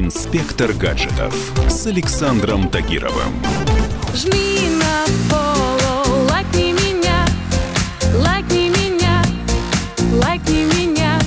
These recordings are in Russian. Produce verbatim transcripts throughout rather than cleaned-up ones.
Инспектор гаджетов с Александром Тагировым. Жми на follow, лайкни меня, лайкни меня, лайкни меня.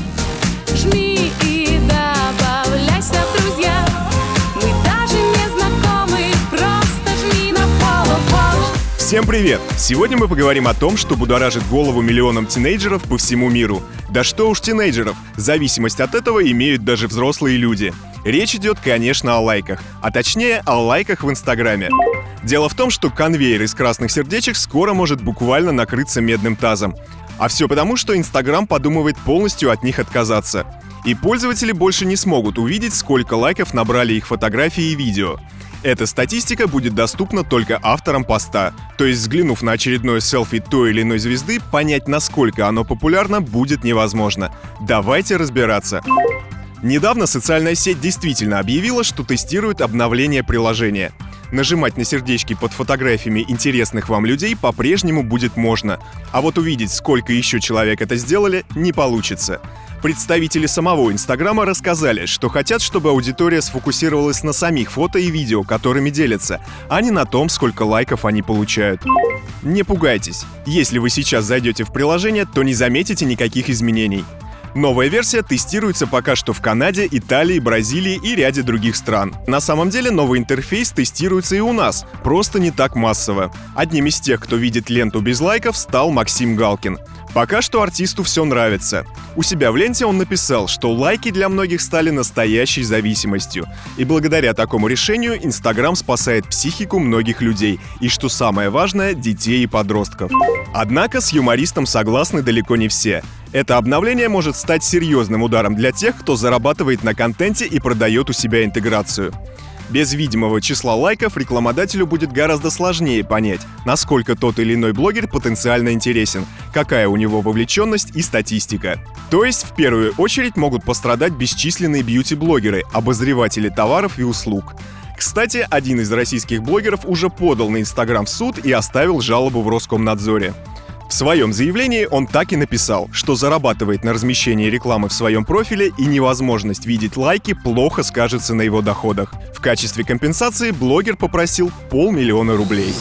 Жми и добавляйся в друзья. Мы даже не знакомы, просто жми на follow, follow. Всем привет! Сегодня мы поговорим о том, что будоражит голову миллионам тинейджеров по всему миру. Да что уж тинейджеров, зависимость от этого имеют даже взрослые люди. Речь идет, конечно, о лайках, а точнее о лайках в Инстаграме. Дело в том, что конвейер из красных сердечек скоро может буквально накрыться медным тазом. А все потому, что Инстаграм подумывает полностью от них отказаться. И пользователи больше не смогут увидеть, сколько лайков набрали их фотографии и видео. Эта статистика будет доступна только авторам поста. То есть, взглянув на очередное селфи той или иной звезды, понять, насколько оно популярно, будет невозможно. Давайте разбираться. Недавно социальная сеть действительно объявила, что тестирует обновление приложения. Нажимать на сердечки под фотографиями интересных вам людей по-прежнему будет можно, а вот увидеть, сколько еще человек это сделали, не получится. Представители самого Инстаграма рассказали, что хотят, чтобы аудитория сфокусировалась на самих фото и видео, которыми делятся, а не на том, сколько лайков они получают. Не пугайтесь, если вы сейчас зайдете в приложение, то не заметите никаких изменений. Новая версия тестируется пока что в Канаде, Италии, Бразилии и ряде других стран. На самом деле новый интерфейс тестируется и у нас, просто не так массово. Одним из тех, кто видит ленту без лайков, стал Максим Галкин. Пока что артисту все нравится. У себя в ленте он написал, что лайки для многих стали настоящей зависимостью. И благодаря такому решению Инстаграм спасает психику многих людей. И что самое важное, детей и подростков. Однако с юмористом согласны далеко не все. Это обновление может стать серьезным ударом для тех, кто зарабатывает на контенте и продает у себя интеграцию. Без видимого числа лайков рекламодателю будет гораздо сложнее понять, насколько тот или иной блогер потенциально интересен, какая у него вовлеченность и статистика. То есть, в первую очередь, могут пострадать бесчисленные бьюти-блогеры, обозреватели товаров и услуг. Кстати, один из российских блогеров уже подал на Инстаграм в суд и оставил жалобу в Роскомнадзоре. В своем заявлении он так и написал, что зарабатывает на размещении рекламы в своем профиле и невозможность видеть лайки плохо скажется на его доходах. В качестве компенсации блогер попросил полмиллиона рублей.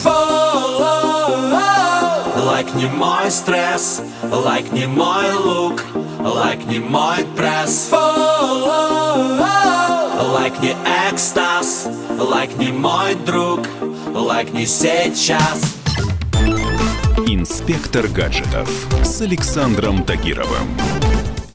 Лайкни мой стресс, лайкни мой лук, лайкни мой пресс. Лайкни экстаз, лайкни мой друг, лайкни сейчас. Инспектор гаджетов с Александром Тагировым.